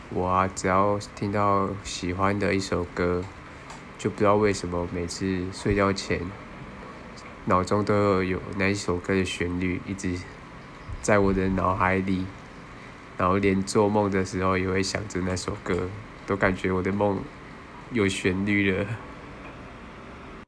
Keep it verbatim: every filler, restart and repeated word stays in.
我啊，只要听到喜欢的一首歌，就不知道为什么每次睡觉前，脑中都有有那一首歌的旋律一直在我的脑海里，然后连做梦的时候也会想着那首歌，都感觉我的梦有旋律了。